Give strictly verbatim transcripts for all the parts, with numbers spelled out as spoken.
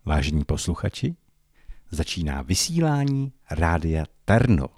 Vážení posluchači, začíná vysílání Rádia Terno.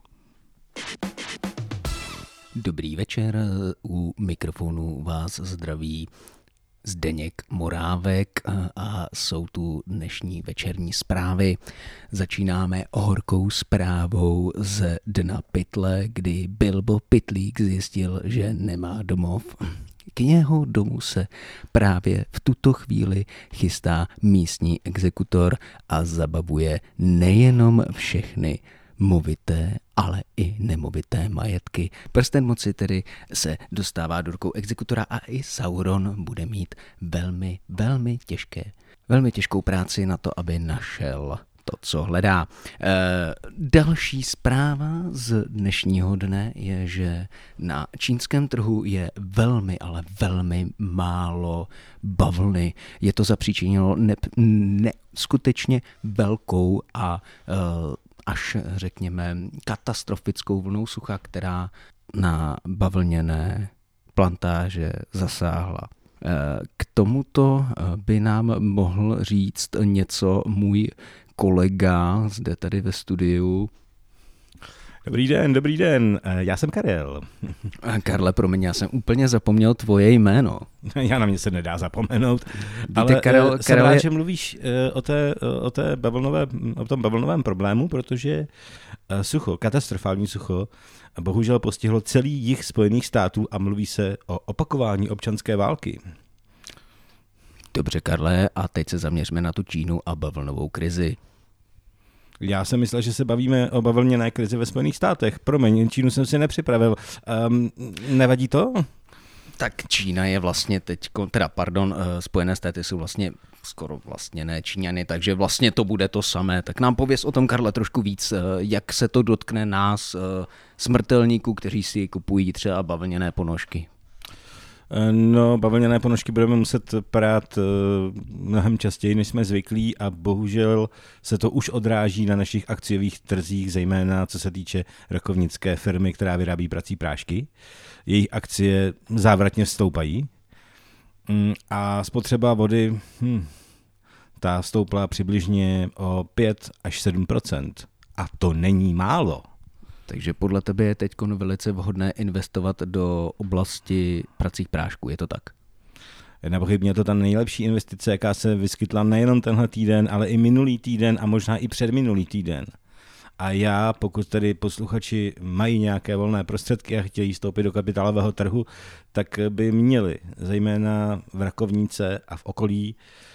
Dobrý večer, u mikrofonu vás zdraví Zdeněk Morávek a jsou tu dnešní večerní zprávy. Začínáme horkou zprávou z dna pytle, kdy Bilbo Pytlík zjistil, že nemá domov. K jeho domu se právě v tuto chvíli chystá místní exekutor a zabavuje nejenom všechny movité, ale i nemovité majetky. Prsten moci tedy se dostává do rukou exekutora a i Sauron bude mít velmi, velmi těžké, velmi těžkou práci na to, aby našel to, co hledá. E, další zpráva z dnešního dne je, že na čínském trhu je velmi, ale velmi málo bavlny. Je to zapříčinilo ne, neskutečně velkou a e, až řekněme katastrofickou vlnou sucha, která na bavlněné plantáže zasáhla. K tomuto by nám mohl říct něco můj kolega zde tady ve studiu. Dobrý den, dobrý den, já jsem Karel. Karle, promiň, já jsem úplně zapomněl tvoje jméno. Já na mě se nedá zapomenout, Víte, ale Karel, jsem Karel rád, je... že mluvíš o, té, o, té bavlnové, o tom bavlnovém problému, protože sucho, katastrofální sucho, bohužel postihlo celý jih Spojených států a mluví se o opakování občanské války. Dobře, Karle, a teď se zaměřme na tu Čínu a bavlnovou krizi. Já jsem myslel, že se bavíme o bavlněné krizi ve Spojených státech. Promiň, Čínu jsem si nepřipravil. Um, nevadí to? Tak Čína je vlastně teď, teda pardon, Spojené státy jsou vlastně skoro vlastně ne Číňany, takže vlastně to bude to samé. Tak nám pověz o tom, Karle, trošku víc, jak se to dotkne nás, smrtelníků, kteří si kupují třeba bavlněné ponožky. No, bavlněné ponožky budeme muset prát mnohem častěji, než jsme zvyklí a bohužel se to už odráží na našich akciových trzích, zejména co se týče rokovnické firmy, která vyrábí prací prášky. Jejich akcie závratně stoupají a spotřeba vody, hm, ta stoupla přibližně o pět až sedm procent. A to není málo. Takže podle tebe je teď velice vhodné investovat do oblasti pracích prášků, je to tak? Nepochybně je to ta nejlepší investice, jaká se vyskytla nejenom tenhle týden, ale i minulý týden a možná i předminulý týden. A já, pokud tedy posluchači mají nějaké volné prostředky a chtějí vstoupit do kapitálového trhu, tak by měli, zejména v Rakovníce a v okolí,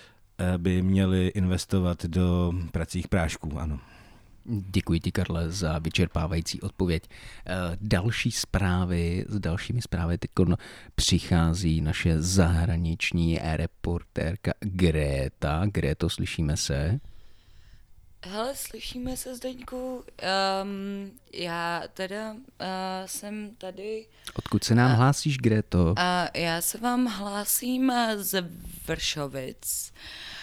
by měli investovat do pracích prášků, ano. Děkuji ti, Karle, za vyčerpávající odpověď. Další zprávy, s dalšími zprávy teď přichází naše zahraniční reportérka Greta. Gréto, slyšíme se? Hele, slyšíme se, Zdeňku. Um, já teda uh, jsem tady... Odkud se nám uh, hlásíš, Gréto? Uh, já se vám hlásím z Vršovic.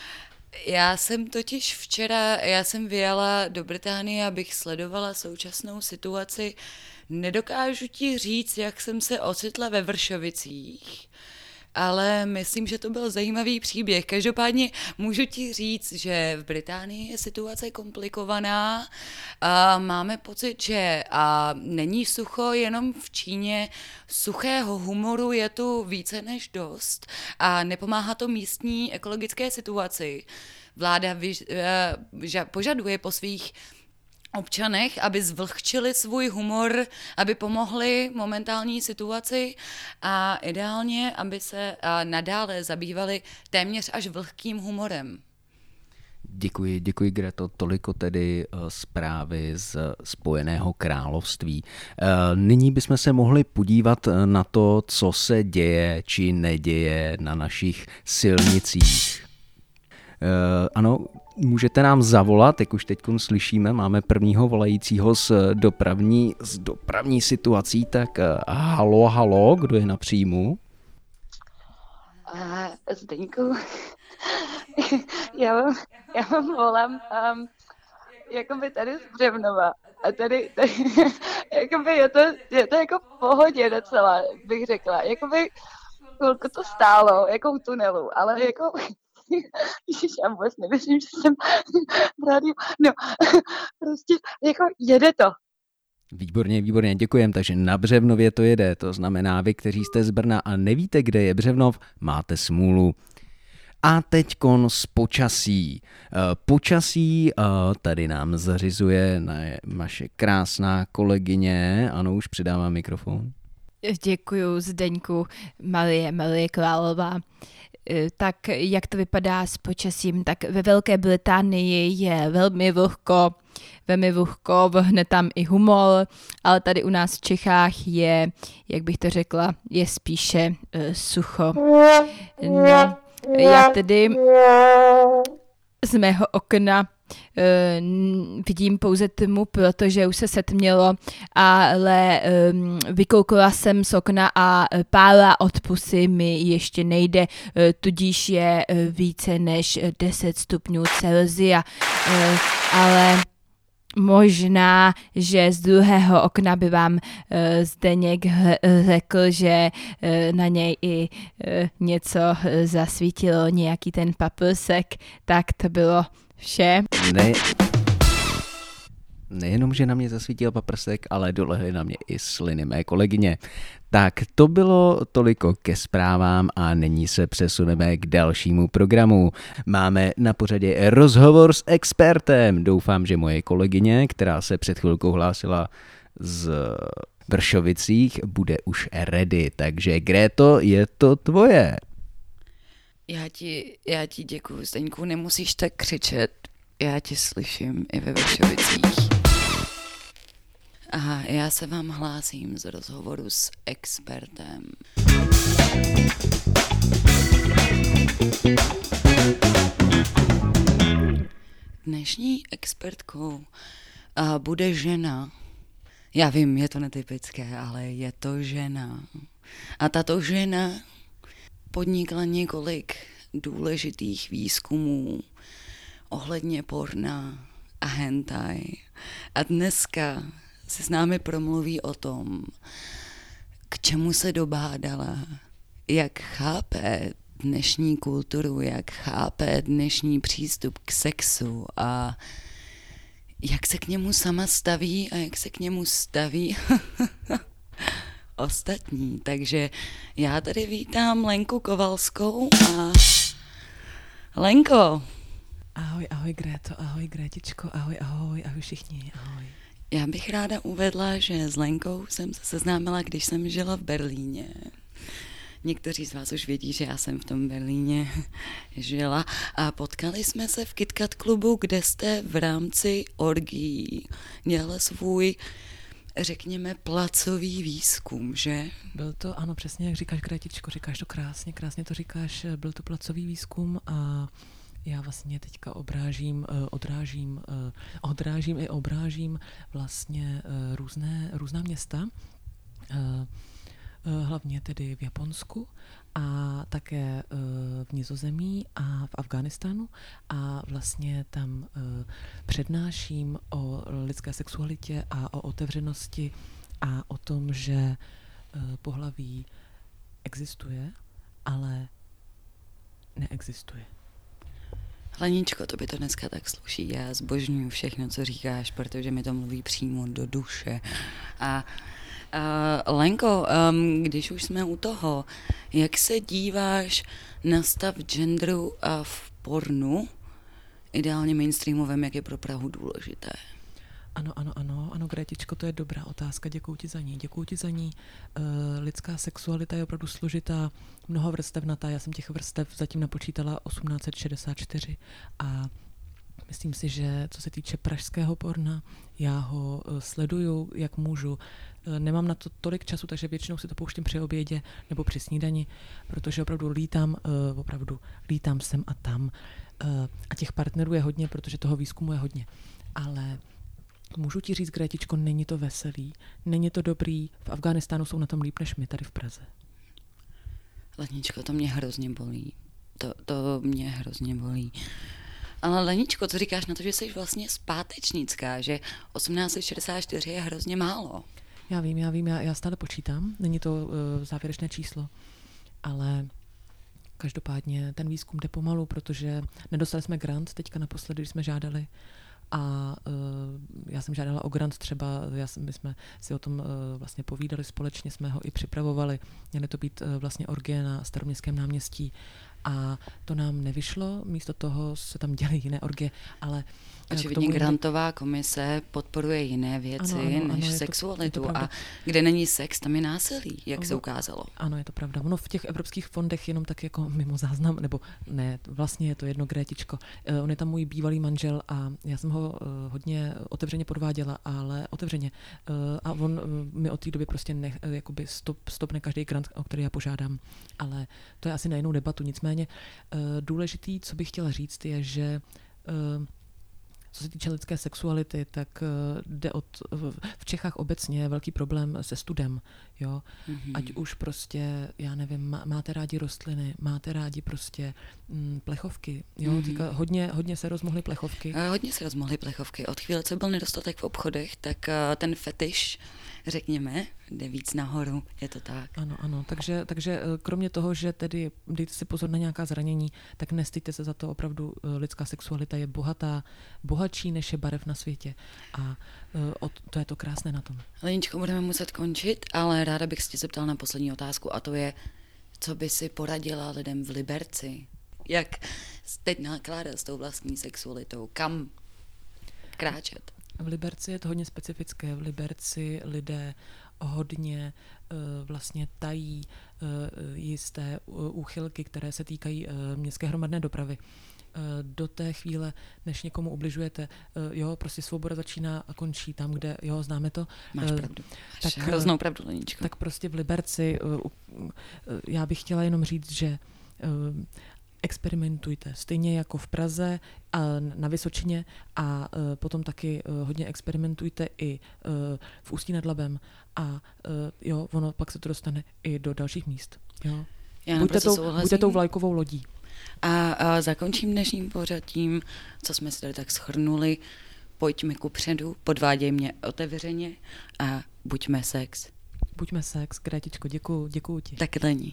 Já jsem totiž včera, já jsem vyjela do Británie, abych sledovala současnou situaci. Nedokážu ti říct, jak jsem se ocitla ve Vršovicích, ale myslím, že to byl zajímavý příběh. Každopádně můžu ti říct, že v Británii je situace komplikovaná. A máme pocit, že a není sucho jenom v Číně. Suchého humoru je tu více než dost a nepomáhá to místní ekologické situaci. Vláda vyž, uh, požaduje po svých občanech, aby zvlhčili svůj humor, aby pomohli momentální situaci a ideálně, aby se nadále zabývali téměř až vlhkým humorem. Děkuji, děkuji, Greto. Toliko tedy zprávy z Spojeného království. Nyní bychom se mohli podívat na to, co se děje či neděje na našich silnicích. Ano, můžete nám zavolat, jak už teď slyšíme, máme prvního volajícího s dopravní, s dopravní situací, tak halo, halo, kdo je na příjmu? Uh, Zdeňku, já vám, já vám volám um, jakoby tady z Břevnova a tady, tady jakoby je to, je to jako v pohodě docela, bych řekla, jakoby chvilku to stálo, jako v tunelu, ale jako Ježiš, já vůbec nevěřím, že jsem v rádiu. No, prostě jako jede to. Výborně, výborně, děkujem. Takže na Břevnově to jede, to znamená vy, kteří jste z Brna a nevíte, kde je Břevnov, máte smůlu. A teďkon z počasí. Počasí tady nám zařizuje naše krásná kolegyně. Ano, už přidávám mikrofon. Děkuju, Zdeňku, Marie, Marie Králová. Tak jak to vypadá s počasím, tak ve Velké Británii je velmi vlhko, velmi vlhko, vlhne tam i humor, ale tady u nás v Čechách je, jak bych to řekla, je spíše uh, sucho. No, já tedy z mého okna Uh, vidím pouze tmu, protože už se setmělo, ale um, vykoukla jsem z okna a pála od pusy mi ještě nejde, uh, tudíž je uh, více než deset stupňů Celsia, uh, ale možná, že z druhého okna by vám uh, Zdeněk řekl, že uh, na něj i uh, něco uh, zasvítilo, nějaký ten paprsek, tak to bylo vše. Ne, nejenom, že na mě zasvítil paprsek, ale dolehly na mě i sliny mé kolegyně. Tak to bylo toliko ke zprávám a nyní se přesuneme k dalšímu programu. Máme na pořadě rozhovor s expertem. Doufám, že moje kolegyně, která se před chvilkou hlásila z Vršovicích, bude už ready. Takže Gréto, je to tvoje. Já ti, já ti děkuju, Zdeňku, nemusíš tak křičet, já tě slyším i ve Vršovicích. Aha, já se vám hlásím z rozhovoru s expertem. Dnešní expertkou a bude žena. Já vím, je to netypické, ale je to žena. A tato žena podnikla několik důležitých výzkumů ohledně porna a hentai. A dneska se s námi promluví o tom, k čemu se dobádala, jak chápe dnešní kulturu, jak chápe dnešní přístup k sexu a jak se k němu sama staví a jak se k němu staví ostatní. Takže já tady vítám Lenku Kovalskou a Lenko. Ahoj, ahoj Gréto, ahoj Grétičko, ahoj, ahoj, ahoj všichni, ahoj. Já bych ráda uvedla, že s Lenkou jsem se seznámila, když jsem žila v Berlíně. Někteří z vás už vědí, že já jsem v tom Berlíně žila a potkali jsme se v KitKat klubu, kde jste v rámci orgií měla svůj, řekněme, placový výzkum, že? Byl to, ano, přesně jak říkáš, Grétičko, říkáš to krásně, krásně to říkáš, byl to placový výzkum a já vlastně teďka obrážím, odrážím, odrážím i obrážím vlastně různé, různá města, hlavně tedy v Japonsku a také v Nizozemí a v Afghánistánu a vlastně tam přednáším o lidské sexualitě a o otevřenosti a o tom, že pohlaví existuje, ale neexistuje. Leničko, to by to dneska tak sluší. Já zbožňuju všechno, co říkáš, protože mi to mluví přímo do duše. A Uh, Lenko, um, když už jsme u toho, jak se díváš na stav genderu a v pornu, ideálně mainstreamovém, jak je pro Prahu důležité? Ano, ano, ano, ano, Grétičko, to je dobrá otázka, děkuji ti za ní, děkuji ti za ní. Uh, lidská sexualita je opravdu složitá, mnoho vrstevnatá, já jsem těch vrstev zatím napočítala osmnáct set šedesát čtyři a myslím si, že co se týče pražského porna, já ho uh, sleduju, jak můžu. Uh, nemám na to tolik času, takže většinou si to pouštím při obědě nebo při snídani, protože opravdu lítám, uh, opravdu lítám sem a tam. Uh, a těch partnerů je hodně, protože toho výzkumu je hodně. Ale můžu ti říct, Grétičko, není to veselý, není to dobrý. V Afghánistánu jsou na tom líp než my tady v Praze. Leničko, to mě hrozně bolí. To, to mě hrozně bolí. Ale Leničko, co říkáš na to, že jsi vlastně zpátečnická, že osmnáct set šedesát čtyři je hrozně málo? Já vím, já vím, já, já stále počítám, není to uh, závěrečné číslo, ale každopádně ten výzkum jde pomalu, protože nedostali jsme grant teďka naposledy, když jsme žádali. A uh, já jsem žádala o grant třeba, já jsem, my jsme si o tom uh, vlastně povídali společně, jsme ho i připravovali. Měly to být uh, vlastně orgie na Staroměstském náměstí a to nám nevyšlo, místo toho se tam děly jiné orgie, ale očividně grantová komise podporuje jiné věci ano, ano, než ano, sexualitu to, to a kde není sex, tam je násilí, jak ano, se ukázalo. Ano, je to pravda. Ono v těch evropských fondech jenom tak jako mimo záznam, nebo ne, vlastně je to jedno Grétičko. Uh, on je tam můj bývalý manžel a já jsem ho uh, hodně otevřeně podváděla, ale otevřeně. Uh, a on uh, mi od té doby prostě ne, uh, jakoby stop, stopne každý grant, o který já požádám. Ale to je asi na jinou debatu. Nicméně uh, důležitý, co bych chtěla říct, je, že uh, co se týče lidské sexuality, tak uh, jde od, v Čechách obecně je velký problém se studem, jo. Mm-hmm. Ať už prostě, já nevím, má, máte rádi rostliny, máte rádi prostě mm, plechovky, jo. Mm-hmm. Týka, hodně, hodně se rozmohly plechovky. Uh, hodně se rozmohly plechovky. Od chvíle, co byl nedostatek v obchodech, tak uh, ten fetiš, řekněme, jde víc nahoru, je to tak. Ano, ano, takže, takže kromě toho, že tedy dejte si pozor na nějaká zranění, tak nestýďte se za to, opravdu lidská sexualita je bohatá, bohatší než je barev na světě a uh, to je to krásné na tom. Leničko, budeme muset končit, ale ráda bych se tě zeptala na poslední otázku a to je, co by si poradila lidem v Liberci? Jak teď nakládat s tou vlastní sexualitou? Kam kráčet? V Liberci je to hodně specifické. V Liberci lidé hodně uh, vlastně tají uh, jisté uh, úchylky, které se týkají uh, městské hromadné dopravy. Uh, do té chvíle, než někomu ubližujete, uh, jo, prostě svoboda začíná a končí tam, kde, jo, známe to. Máš uh, pravdu. Tak, Máš hroznou pravdu, Leničko. Tak prostě v Liberci, uh, uh, já bych chtěla jenom říct, že uh, experimentujte. Stejně jako v Praze a na Vysočině a uh, potom taky uh, hodně experimentujte i uh, v Ústí nad Labem a uh, jo, ono pak se to dostane i do dalších míst. Jo. Buďte tou, buďte tou vlajkovou lodí. A, a zakončím dnešním pořadím, co jsme si tady tak shrnuli. Pojďme kupředu, podváděj mě otevřeně a buďme sex. Buďme sex, Grétičko, děkuju, děkuju ti. Tak Lení.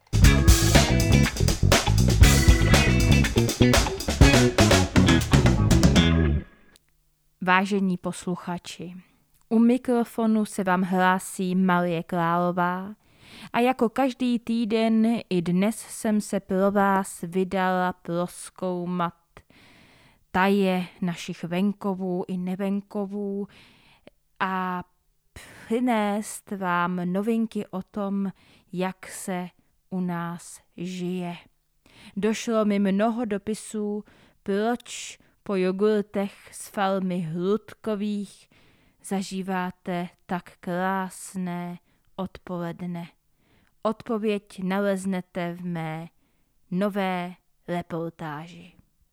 Vážení posluchači, u mikrofonu se vám hlásí Marie Králová a jako každý týden i dnes jsem se pro vás vydala prozkoumat taje našich venkovů i nevenkovů a přinést vám novinky o tom, jak se u nás žije. Došlo mi mnoho dopisů, proč po jogurtech s farmy Hrudkových zažíváte tak krásné odpoledne. Odpověď naleznete v mé nové reportáži.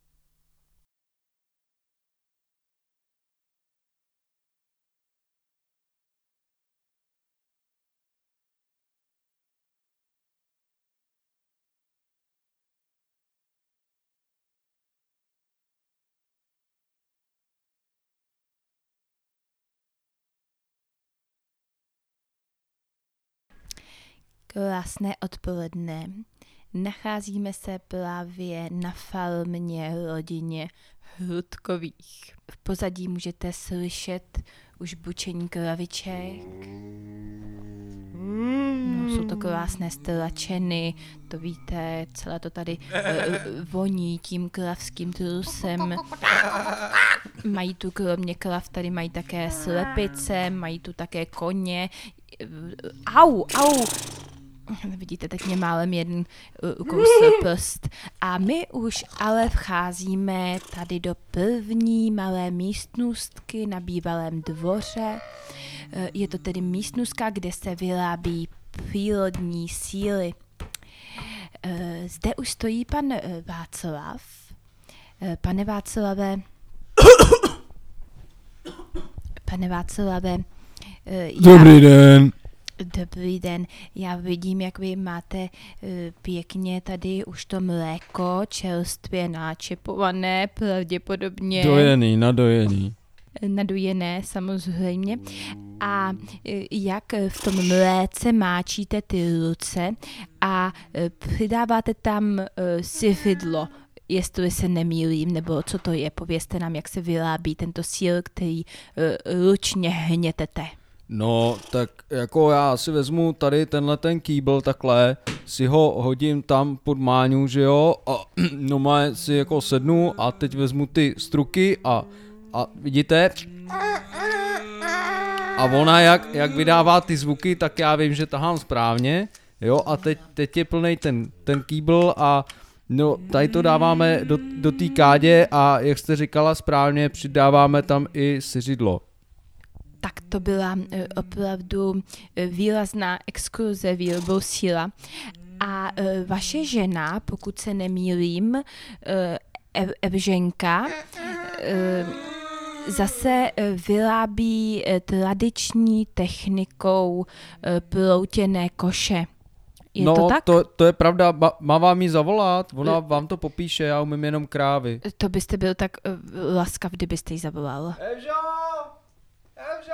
Krásné odpoledne. Nacházíme se právě na farmě rodině Hrudkových. V pozadí můžete slyšet už bučení kraviček. No, jsou to krásné stlačeny, to víte, celé to tady uh, voní tím kravským trusem. Mají tu kromě krav, tady mají také slepice, mají tu také koně. Au, au! Vidíte, teď mě málem jeden kousl prst. A my už ale vcházíme tady do první malé místnostky na bývalém dvoře. Je to tedy místnostka, kde se vyrábí přírodní síly. Zde už stojí pan Václav. Pane Václave, pane Václave, Dobrý já... den. Dobrý den, já vidím, jak vy máte uh, pěkně tady už to mléko čerstvě náčepované, pravděpodobně. Dojený, nadojený. nadojené samozřejmě. A jak v tom mléce máčíte ty ruce a přidáváte tam syřidlo, jestli se nemýlím, nebo co to je, povězte nám, jak se vyrábí tento sír, který ručně hnětete. No, tak jako já si vezmu tady tenhle ten kýbl takhle, si ho hodím tam pod máňu, že jo, a no má si jako sednu a teď vezmu ty struky a, a vidíte? A ona jak, jak vydává ty zvuky, tak já vím, že tahám správně, jo, a teď, teď je plnej ten, ten kýbl a no, tady to dáváme do, do té kádě a jak jste říkala správně, přidáváme tam i syřidlo. Tak to byla uh, opravdu uh, výrazná exkurze výrobou síra. A uh, vaše žena, pokud se nemýlím, uh, Ev- Evženka, uh, zase uh, vyrábí uh, tradiční technikou uh, ploutěné koše. Je no, to tak? To, to je pravda, Ma, má vám jí zavolat, ona vám to popíše, já umím jenom krávy. To byste byl tak uh, laskav, kdybyste jí zavolal. Evžo! Evžo!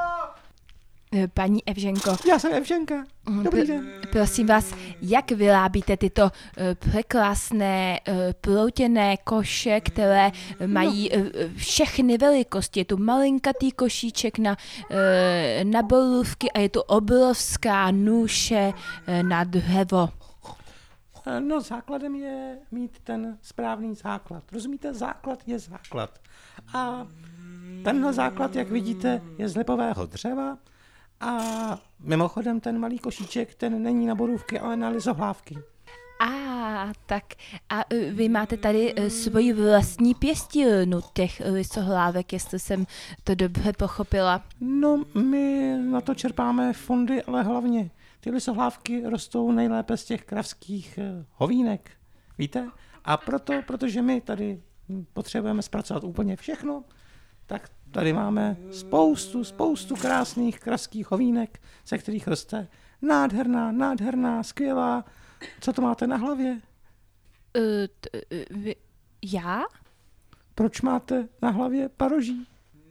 Paní Evženko. Já jsem Evženka. Dobrý den. Prosím vás, jak vyrábíte tyto uh, překrásné uh, ploutěné koše, které mají uh, všechny velikosti? Je tu malinkatý košíček na, uh, na borůvky a je tu obrovská nůše uh, na dřevo. No, základem je mít ten správný základ. Rozumíte? Základ je základ. A tenhle základ, jak vidíte, je z lipového dřeva a mimochodem ten malý košíček, ten není na borůvky, ale na lisohlávky. A tak a vy máte tady svoji vlastní pěstírnu těch lisohlávek, jestli jsem to dobře pochopila. No, my na to čerpáme fondy, ale hlavně ty lisohlávky rostou nejlépe z těch kravských hovínek, víte? A proto, protože my tady potřebujeme zpracovat úplně všechno, tak tady máme spoustu, spoustu krásných kravských hovínek, ze kterých roste nádherná, nádherná, skvělá. Co to máte na hlavě? Uh, t, uh, vy, já? Proč máte na hlavě paroží?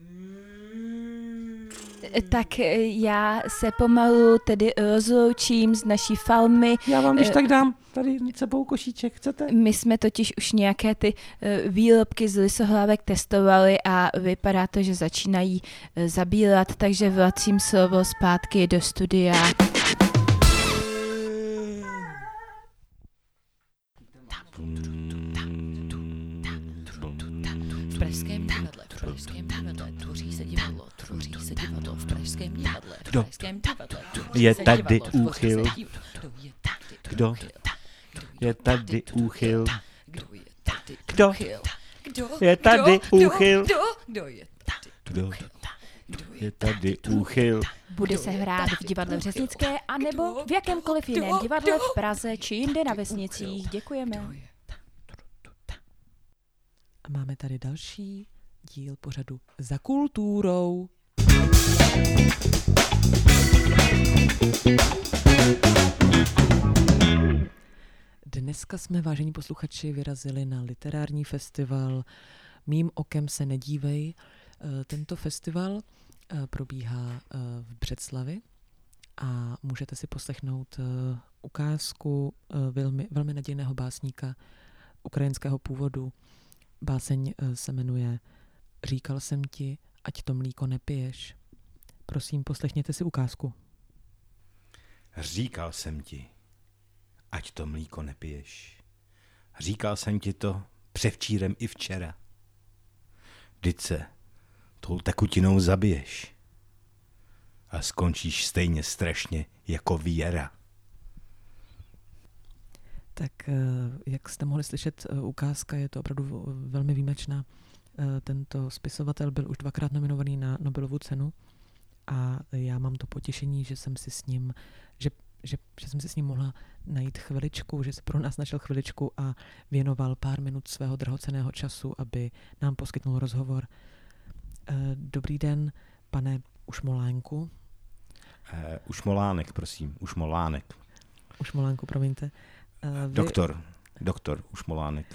Tak já se pomalu tedy rozloučím z naší farmy. Já vám když tak dám tady sebou košíček, chcete? My jsme totiž už nějaké ty výrobky z lisohlávek testovali a vypadá to, že začínají zabírat, takže vracím slovo zpátky do studia. V pražském divadle, v pražském divadle, tvoří se divadlo, tvoří se divadlo, v pražském divadle, v pražském divadle, je tady úchyl? Kdo je tady úchyl? Kdo je tady úchyl? Kdo je Kdo je tady úchyl? Bude se hrát v divadle v Řeznické anebo v jakémkoliv jiném divadle v Praze či jinde na vesnicích. Děkujeme. A máme tady další díl pořadu Za kulturou. Dneska jsme, vážení posluchači, vyrazili na literární festival Mým okem se nedívej. Tento festival probíhá v Břeclavi a můžete si poslechnout ukázku velmi, velmi nadějného básníka ukrajinského původu. Báseň se jmenuje Říkal jsem ti, ať to mlíko nepiješ. Prosím, poslechněte si ukázku. Říkal jsem ti, ať to mlíko nepiješ. Říkal jsem ti to převčírem i včera. Vždyť se tou tekutinou zabiješ a skončíš stejně strašně jako Věra. Tak jak jste mohli slyšet, ukázka je to opravdu velmi výjimečná. Tento spisovatel byl už dvakrát nominovaný na Nobelovu cenu a já mám to potěšení, že jsem si s ním, že, že, že jsem si s ním mohla najít chviličku, že se pro nás našel chviličku a věnoval pár minut svého drahocenného času, aby nám poskytnul rozhovor. Dobrý den, pane Ušmolánku. Uh, Ušmolánek, prosím, Ušmolánek. Ušmolánku, promiňte. Vy... Doktor, doktor Ušmolánek.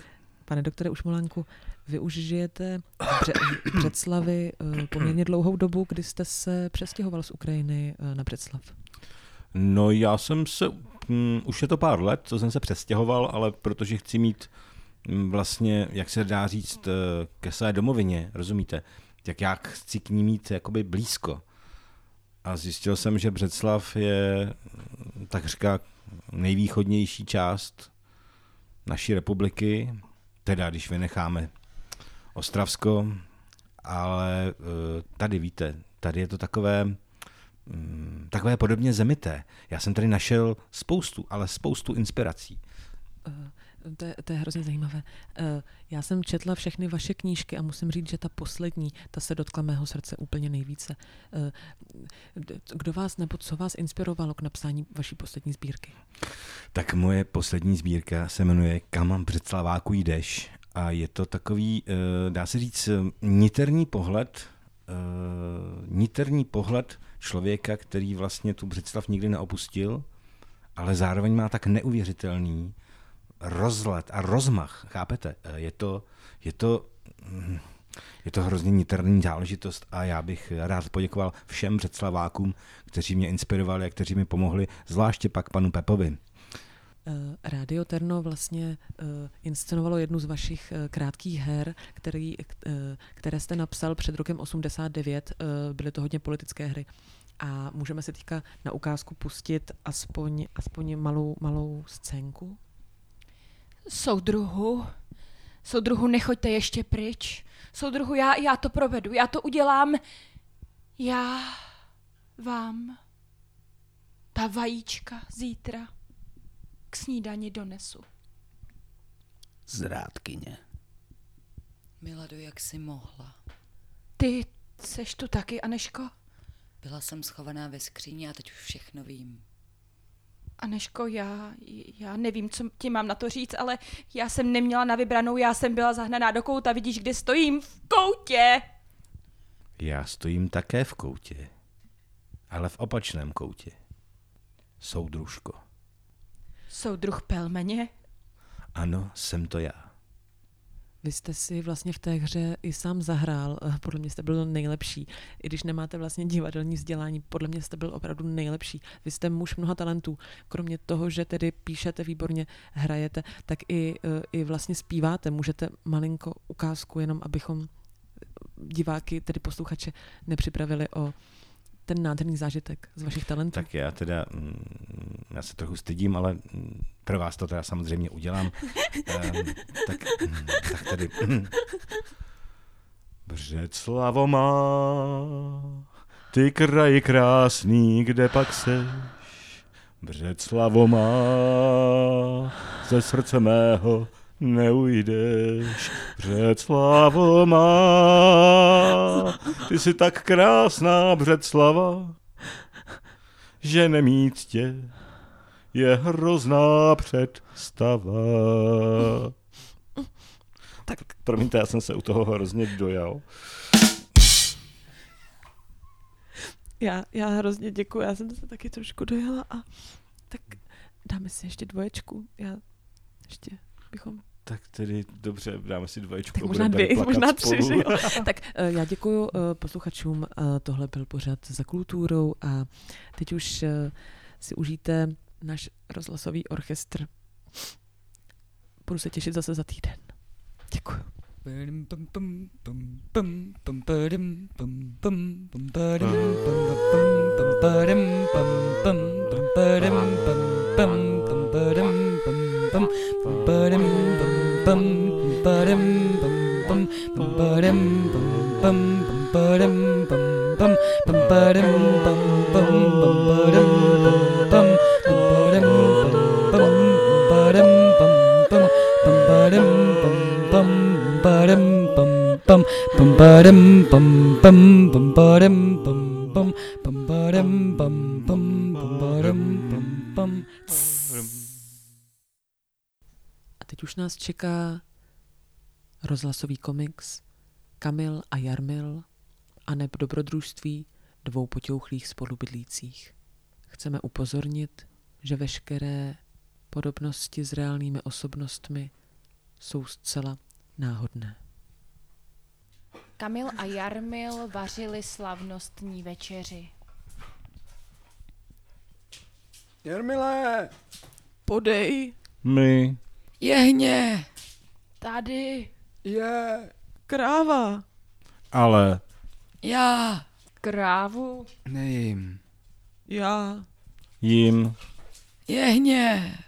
Pane doktore Ušmolánku, vy už žijete v, Bre- v Břeclavi poměrně dlouhou dobu, kdy jste se přestěhoval z Ukrajiny na Břeclav. No já jsem se, um, už je to pár let, co jsem se přestěhoval, ale protože chci mít um, vlastně, jak se dá říct, uh, ke své domovině, rozumíte, tak já chci k ní mít jakoby blízko. A zjistil jsem, že Břeclav je tak říká nejvýchodnější část naší republiky, teda když vynecháme Ostravsko, ale uh, tady víte, tady je to takové takové podobně zemité. Já jsem tady našel spoustu, ale spoustu inspirací. Uh, to, je, to je hrozně zajímavé. Uh, já jsem četla všechny vaše knížky a musím říct, že ta poslední, ta se dotkla mého srdce úplně nejvíce. Uh, kdo vás nebo co vás inspirovalo k napsání vaší poslední sbírky? Tak moje poslední sbírka se jmenuje Kam Břeclaváku jdeš a je to takový, uh, dá se říct, niterný pohled, uh, niterný pohled člověka, který vlastně tu Břeclav nikdy neopustil, ale zároveň má tak neuvěřitelný rozlet a rozmach, chápete? Je to, je to, je to hrozně niterný záležitost a já bych rád poděkoval všem Břeclavákům, kteří mě inspirovali a kteří mi pomohli, zvláště pak panu Pepovi. Rádio Terno vlastně uh, inscenovalo jednu z vašich uh, krátkých her, který, uh, které jste napsal před rokem osmdesát devět. Uh, byly to hodně politické hry. A můžeme si teďka na ukázku pustit aspoň, aspoň malou, malou scénku? Soudruhu, soudruhu, nechoďte ještě pryč. Soudruhu, já, já to provedu, já to udělám. Já vám ta vajíčka zítra k snídani donesu. Zrádkyně. Milado, jak jsi mohla? Ty seš tu taky, Aneško? Byla jsem schovaná ve skříni a teď už všechno vím. Aneško, já, já nevím, co ti mám na to říct, ale já jsem neměla na vybranou, já jsem byla zahnaná do kouta, vidíš, kde stojím? V koutě! Já stojím také v koutě, ale v opačném koutě. Soudružko. Soudruh Pelmeně? Ano, jsem to já. Vy jste si vlastně v té hře i sám zahrál, podle mě jste byl nejlepší. I když nemáte vlastně divadelní vzdělání, podle mě jste byl opravdu nejlepší. Vy jste muž mnoha talentů. Kromě toho, že tedy píšete výborně, hrajete, tak i, i vlastně zpíváte. Můžete malinko ukázku, jenom abychom diváky, tedy posluchače, nepřipravili o ten nádherný zážitek z vašich talentů. Tak já teda, já se trochu stydím, ale pro vás to teda samozřejmě udělám. um, tak, tak tedy. Břeclavo má, ty kraj krásný, kde pak seš? Břeclavo má, ze srdce mého neujdeš. Břeclavo má, ty jsi tak krásná, Břeclava, že nemít tě je hrozná představa. Tak promiňte, já jsem se u toho hrozně dojal. Já, já hrozně děkuji, já jsem se taky trošku dojela a tak dáme si ještě dvoječku. Já ještě bychom... Tak tedy dobře, dáme si dvoječku. Tak možná dvě, možná tři, že jo. Tak já děkuji posluchačům, tohle byl pořad Za kulturou a teď už si užijte náš rozhlasový orchestr. Budu se těšit zase za týden. Děkuji. A teď už nás čeká rozhlasový komiks Kamil a Jarmil aneb dobrodružství dvou potěuchlých spolubydlících. Chceme upozornit, že veškeré podobnosti s reálnými osobnostmi jsou zcela náhodné. Kamil a Jarmil vařili slavnostní večeři. Jarmile! Podej! My. Jehně! Tady. Je! Kráva! Ale. Já! Krávu. Nejím. Já! Jim. Jehně!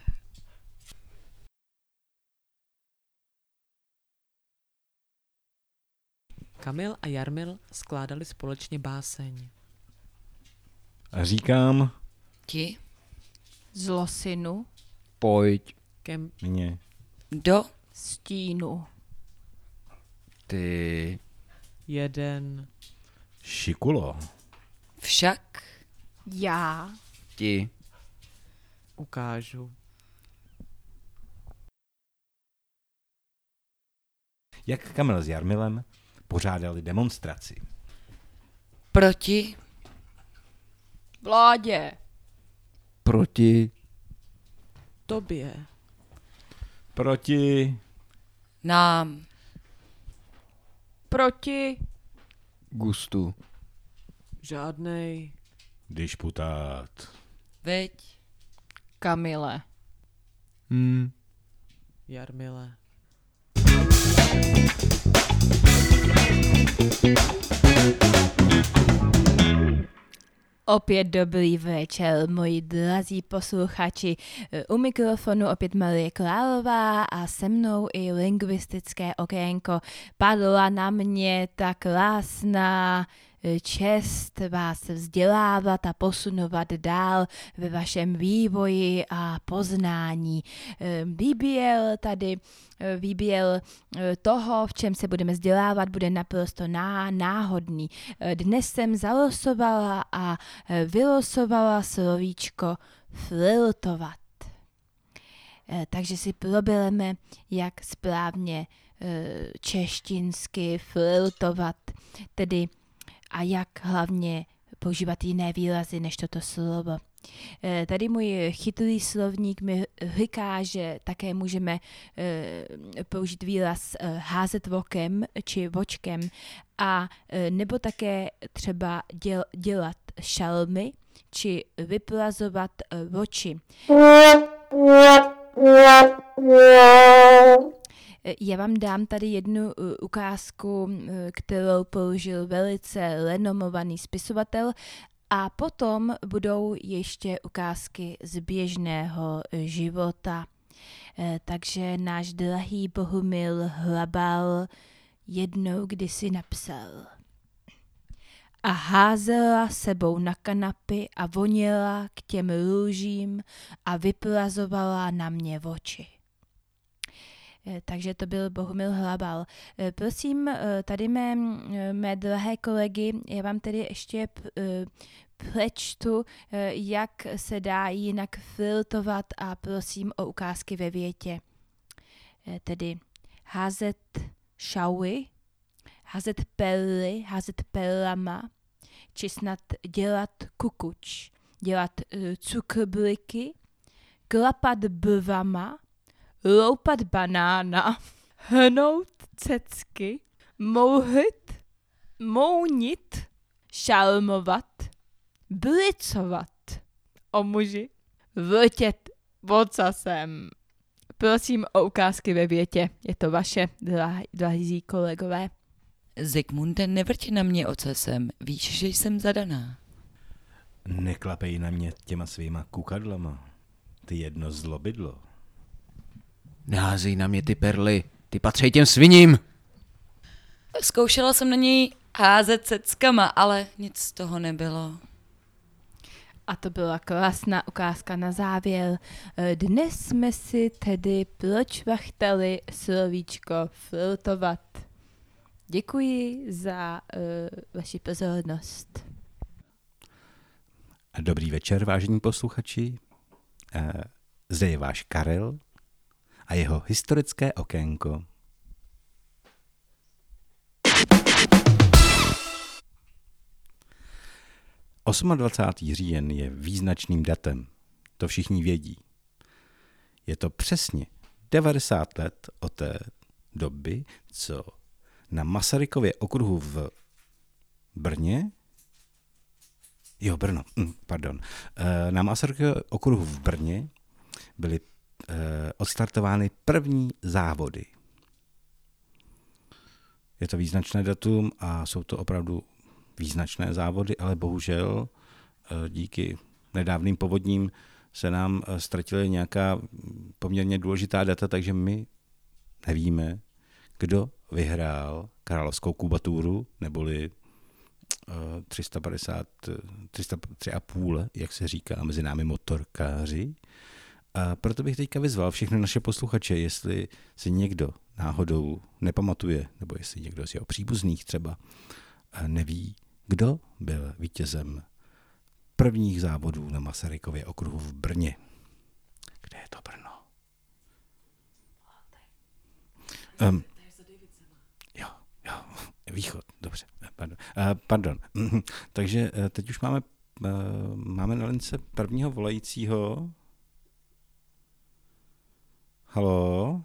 Kamil a Jarmil skládali společně báseň. A říkám. Ti? Zlosinu. Pojď. Kem Mně. Do? Stínu. Ty. jeden. Šikulo. Však? Já. Ti. Ukážu. Jak Kamil s Jarmilem pořádali demonstraci. Proti? Vládě. Proti. Tobě. Proti. Nám. Proti. Gustu. Žádnej. Disputát. Veď? Kamile. Hmm. Jarmile. Opět dobrý večer, moji drazí posluchači. U mikrofonu opět Marie Králová a se mnou i lingvistické okénko. Padla na mě ta krásná čest vás vzdělávat a posunovat dál ve vašem vývoji a poznání. Výběr tady, výběr toho, v čem se budeme vzdělávat, bude naprosto ná, náhodný. Dnes jsem zalosovala a vylosovala slovíčko flirtovat. Takže si probereme, jak správně češtinsky flirtovat, tedy a jak hlavně používat jiné výrazy než toto slovo. Tady můj chytrý slovník mi říká, že také můžeme použít výraz házet vokem či vočkem a nebo také třeba děl, dělat šalmy či vyplazovat oči. Já vám dám tady jednu ukázku, kterou použil velice renomovaný spisovatel, a potom budou ještě ukázky z běžného života. Takže náš drahý Bohumil Hrabal jednou kdysi napsal: a házela sebou na kanapy a voněla k těm růžím a vyplazovala na mě oči. Takže to byl Bohumil Hrabal. Prosím, tady mé, mé drahé kolegy, já vám tedy ještě přečtu, jak se dá jinak flirtovat, a prosím o ukázky ve větě. Tedy házet šauy, házet perly, házet perlama, či snad dělat kukuč, dělat cukrbliky, klapat brvama, loupat banána, hnout cecky, mouhit, mounit, šalmovat, blicovat o muži, vrtět vocasem. Prosím o ukázky ve větě, je to vaše, drahí kolegové. Zikmunde, nevrť na mě ocasem, víš, že jsem zadaná. Neklapej na mě těma svýma kukadlama, ty jedno zlobidlo. Neházej na mě ty perly, ty patří těm sviním. Zkoušela jsem na něj házet ceckama, ale nic z toho nebylo. A to byla krásná ukázka na závěr. Dnes jsme si tedy pročvachtali slovíčko flirtovat. Děkuji za uh, vaši pozornost. Dobrý večer, vážení posluchači. Uh, zde je váš Karel a jeho historické okénko. dvacátého osmého říjen je význačným datem. To všichni vědí. Je to přesně devadesát let od té doby, co na Masarykově okruhu v Brně, jo, Brno, pardon, na Masarykově okruhu v Brně byly odstartovány první závody. Je to význačné datum a jsou to opravdu význačné závody, ale bohužel díky nedávným povodním se nám ztratily nějaká poměrně důležitá data, takže my nevíme, kdo vyhrál královskou kubaturu, neboli tři sta padesát, tři sta tři a půl, jak se říká mezi námi motorkáři. A proto bych teďka vyzval všechny naše posluchače, jestli si někdo náhodou nepamatuje, nebo jestli někdo z jeho příbuzných třeba neví, kdo byl vítězem prvních závodů na Masarykově okruhu v Brně. Kde je to Brno? Um, jo, jo, východ, dobře, pardon. Uh, pardon. Takže uh, teď už máme, uh, máme na lince prvního volajícího. Haló?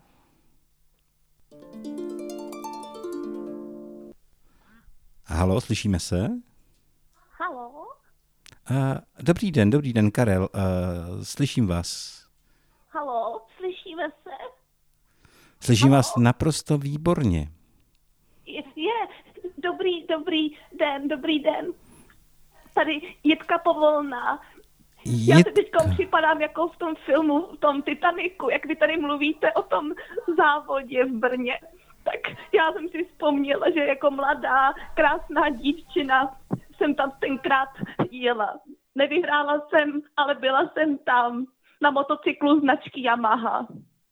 Haló, slyšíme se? Haló? Uh, dobrý den, dobrý den, Karel, uh, slyším vás. Haló, slyšíme se? Slyším Haló? vás naprosto výborně. Je, je, dobrý, dobrý den, dobrý den. Tady Jitka Povolná. Já si teď připadám jako v tom filmu, v tom Titaniku, jak vy tady mluvíte o tom závodě v Brně. Tak já jsem si vzpomněla, že jako mladá, krásná dívčina jsem tam tenkrát jela. Nevyhrála jsem, ale byla jsem tam na motocyklu značky Yamaha.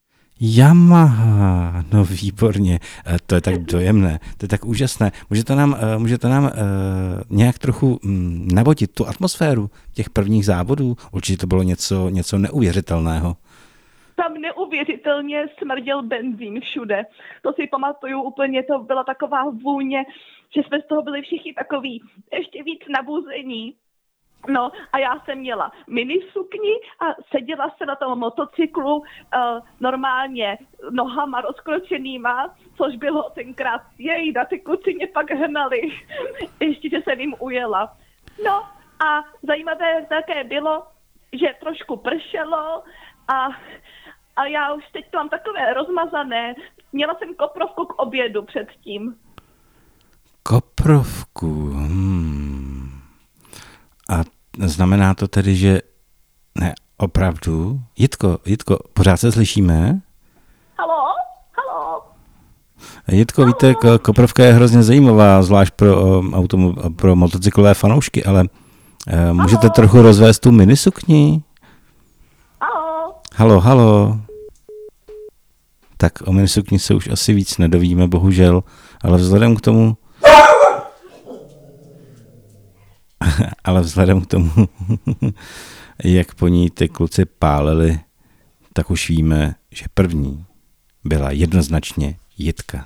Yamaha, no výborně, to je tak dojemné, to je tak úžasné. Můžete nám, můžete nám uh, nějak trochu um, navodit tu atmosféru těch prvních závodů? Určitě to bylo něco, něco neuvěřitelného. Tam neuvěřitelně smrděl benzín všude. To si pamatuju úplně, to byla taková vůně, že jsme z toho byli všichni takový ještě víc nabuzení. No a já jsem měla minisukni a seděla se na tom motocyklu uh, normálně nohama rozkročenýma, což bylo tenkrát jejda, ty kluci mě pak hnali, ještě, že jsem jim ujela. No a zajímavé také bylo, že trošku pršelo a, a já už teď to mám takové rozmazané. Měla jsem koprovku k obědu předtím. Koprovku, hmm. A znamená to tedy, že ne, opravdu? Jitko, Jitko, pořád se slyšíme? Halo? Halo? Jitko, halo? Víte, koprovka je hrozně zajímavá, zvlášť pro, um, automo- pro motocyklové fanoušky, ale uh, můžete halo? trochu rozvést tu minisukni? Halo? Halo, halo. Tak o minisukni se už asi víc nedovíme, bohužel, ale vzhledem k tomu, ale vzhledem k tomu, jak po ní ty kluci pálili, tak už víme, že první byla jednoznačně Jitka.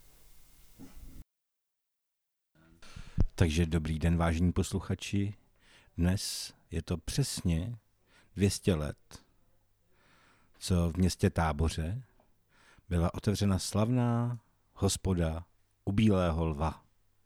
Takže dobrý den, vážení posluchači. Dnes je to přesně dvě stě let, co v městě Táboře byla otevřena slavná hospoda u Bílého lva.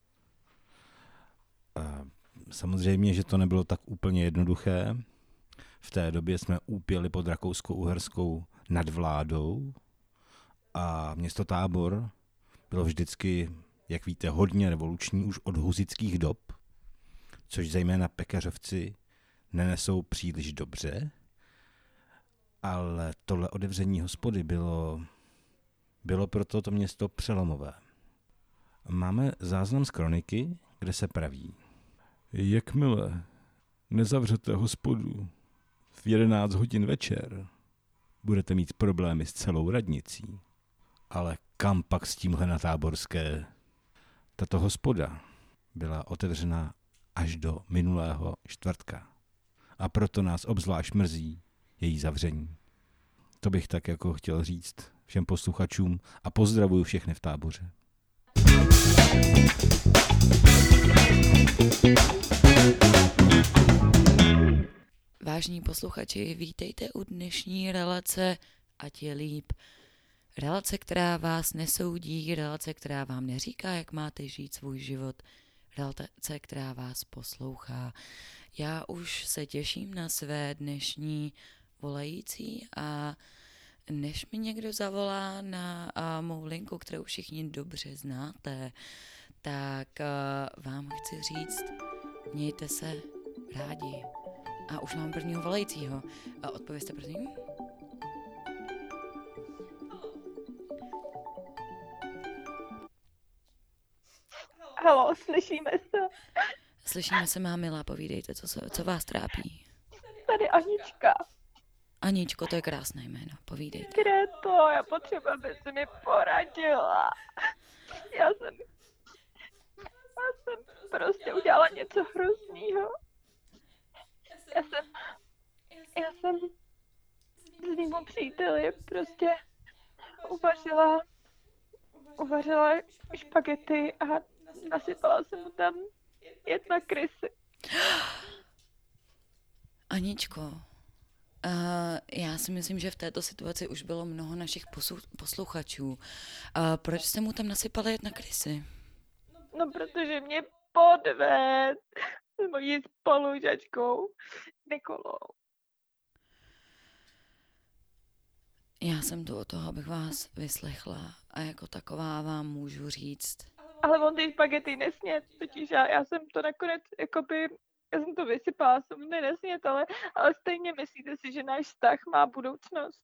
Samozřejmě, že to nebylo tak úplně jednoduché. V té době jsme úpěli pod rakousko-uherskou nadvládou a město Tábor bylo vždycky, jak víte, hodně revoluční už od husitských dob, což zejména pekařovci nenesou příliš dobře, ale tohle otevření hospody bylo, bylo pro toto město přelomové. Máme záznam z kroniky, kde se praví: jakmile nezavřete hospodu v jedenáct hodin večer, budete mít problémy s celou radnicí. Ale kam pak s tímhle na Táborské? Tato hospoda byla otevřena až do minulého čtvrtka. A proto nás obzvlášť mrzí její zavření. To bych tak jako chtěl říct všem posluchačům a pozdravuju všechny v Táboře. Vážní posluchači, vítejte u dnešní relace Ať je líp. Relace, která vás nesoudí, relace, která vám neříká, jak máte žít svůj život, relace, která vás poslouchá. Já už se těším na své dnešní volající a než mi někdo zavolá na a, mou linku, kterou všichni dobře znáte, tak a, vám chci říct, mějte se rádi. A už mám prvního volajícího. A odpovězte, prosím. Halo, slyšíme se? Slyšíme se, má milá, povídejte, co, se, co vás trápí. Tady Anička. Aničko, to je krásné jméno, povídejte. Kreto, já potřebuji, aby si mi poradila. Já jsem, já jsem prostě udělala něco hroznýho. Já jsem, já jsem s mým příteli prostě uvařila, uvařila špagety a nasypala jsem mu tam jedna krysy. Aničko, uh, já si myslím, že v této situaci už bylo mnoho našich posu- posluchačů. Uh, proč jste mu tam nasypali jedna krysy? No, protože mě podved s mojí spolužačkou Nikolou. Já jsem tu od toho, abych vás vyslechla a jako taková vám můžu říct. Ale on ty špagety nesnět, totiž já, já jsem to nakonec, jakoby, já jsem to vysypala, jsem to nesnět, ale, ale stejně myslíte si, že náš vztah má budoucnost?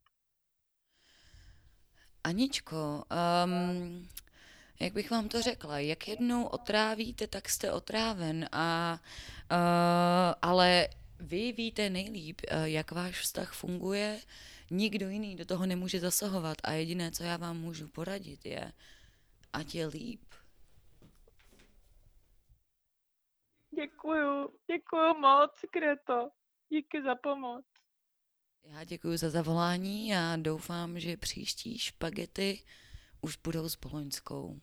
Aničko, um, jak bych vám to řekla, jak jednou otrávíte, tak jste otráven, a, uh, ale vy víte nejlíp, uh, jak váš vztah funguje, nikdo jiný do toho nemůže zasahovat a jediné, co já vám můžu poradit, je, ať je líp. Děkuju, děkuju moc, Kreto. Díky za pomoc. Já děkuji za zavolání a doufám, že příští špagety už budou s boloňskou.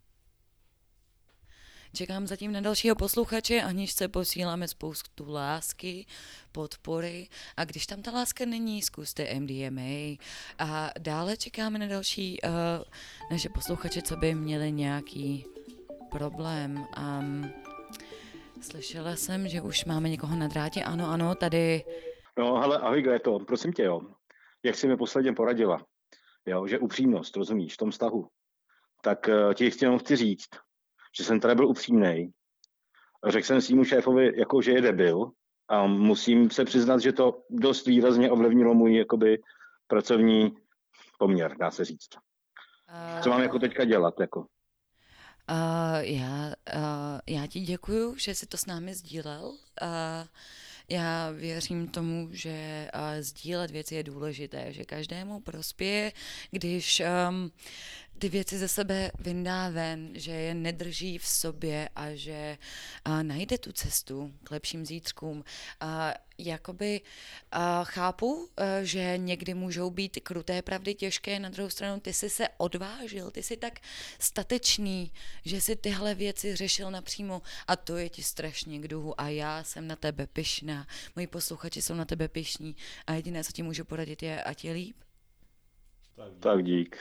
Čekám zatím na dalšího posluchače, Aničce posíláme spoustu lásky, podpory a když tam ta láska není, zkuste M D M A. A dále čekáme na další uh, naše posluchače, co by měli nějaký problém. Um, slyšela jsem, že už máme někoho na drátě. Ano, ano, tady... No, hele, ahoj Greto, prosím tě, jo. Jak jsi mi posledně poradila, jo, že upřímnost, rozumíš, v tom vztahu, tak uh, ti chci jenom chci říct, že jsem tady byl upřímnej. Řekl jsem svýmu šéfovi, jako, že je debil a musím se přiznat, že to dost výrazně ovlivnilo můj jakoby, pracovní poměr, dá se říct. Co mám jako teďka dělat? Jako? Uh, já, uh, já ti děkuju, že jsi to s námi sdílel. Uh, já věřím tomu, že uh, sdílet věci je důležité, že každému prospěje, když um, ty věci ze sebe vyndá ven, že je nedrží v sobě a že uh, najde tu cestu k lepším zítřkům. Uh, jakoby uh, chápu, uh, že někdy můžou být kruté pravdy těžké, na druhou stranu ty jsi se odvážil, ty jsi tak statečný, že si tyhle věci řešil napřímo a to je ti strašně k duhu a já jsem na tebe pyšná, moji posluchači jsou na tebe pyšní a jediné, co ti můžu poradit je, ať je líp. Tak dík.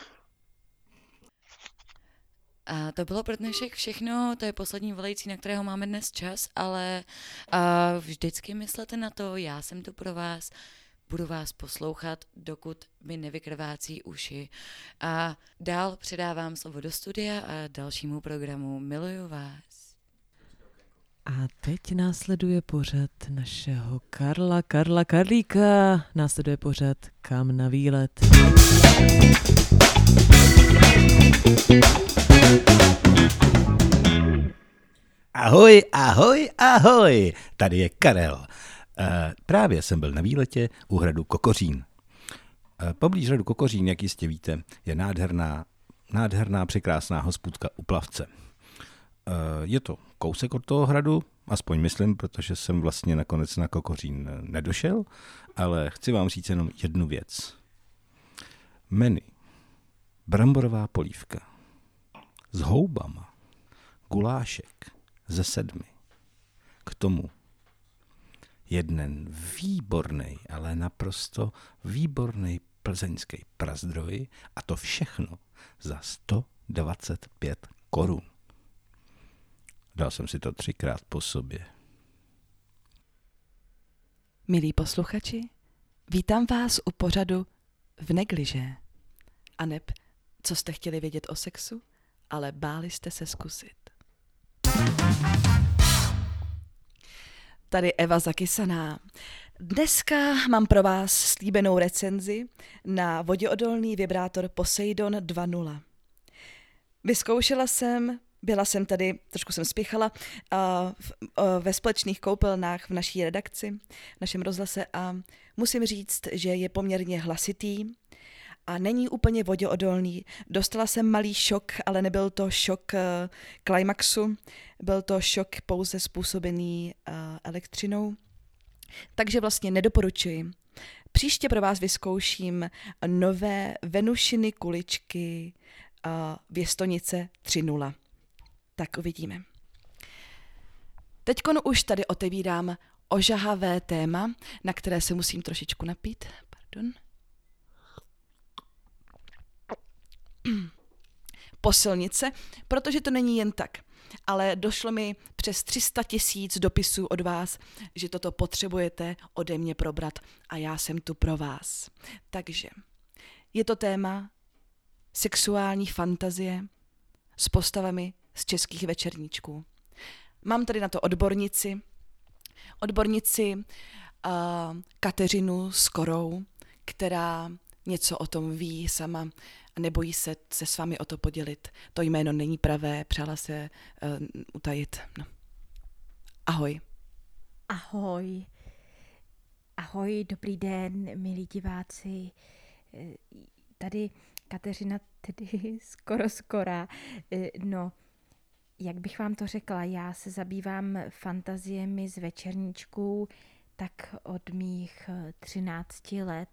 A to bylo pro dnešek všechno, to je poslední volající, na kterého máme dnes čas, ale uh, vždycky myslete na to, já jsem tu pro vás, budu vás poslouchat, dokud mi nevykrvácí uši. A dál předávám slovo do studia a dalšímu programu. Miluju vás. A teď následuje pořad našeho Karla, Karla Karlíka. Následuje pořad Kam na výlet. Ahoj, ahoj, ahoj, tady je Karel. E, právě jsem byl na výletě u hradu Kokořín. E, poblíž hradu Kokořín, jak jistě víte, je nádherná, nádherná překrásná hospůdka u Plavce. E, je to kousek od toho hradu, aspoň myslím, protože jsem vlastně nakonec na Kokořín nedošel, ale chci vám říct jenom jednu věc. Menu. Bramborová polívka. S houbama. Gulášek. Ze sedmi. K tomu jeden výborný, ale naprosto výborný plzeňský Prazdroj a to všechno za sto dvacet pět korun. Dal jsem si to třikrát po sobě. Milí posluchači, vítám vás u pořadu V negliže. Aneb, co jste chtěli vědět o sexu, ale báli jste se zkusit. Tady Eva Zakysaná. Dneska mám pro vás slíbenou recenzi na voděodolný vibrátor Poseidon dva tečka nula. Vyzkoušela jsem, byla jsem tady, trošku jsem spěchala, ve společných koupelnách v naší redakci, v našem rozhlase a musím říct, že je poměrně hlasitý a není úplně voděodolný. Dostala jsem malý šok, ale nebyl to šok klimaxu, byl to šok pouze způsobený elektřinou. Takže vlastně nedoporučuji. Příště pro vás vyzkouším nové Venušiny kuličky Věstonice tři tečka nula. Tak uvidíme. Teďkon už tady otevírám ožahavé téma, na které se musím trošičku napít. Pardon. Posilnice, protože to není jen tak. Ale došlo mi přes tři sta tisíc dopisů od vás, že toto potřebujete ode mě probrat a já jsem tu pro vás. Takže je to téma sexuální fantazie s postavami z českých večerníčků. Mám tady na to odbornici, odbornici uh, Kateřinu Skorou, která něco o tom ví sama a nebojí se se s vámi o to podělit. To jméno není pravé, přála se uh, utajit. No. Ahoj. Ahoj. Ahoj, dobrý den, milí diváci. Tady Kateřina, tedy skoro skora. No, jak bych vám to řekla, já se zabývám fantaziemi z večerníčků tak od mých třinácti let.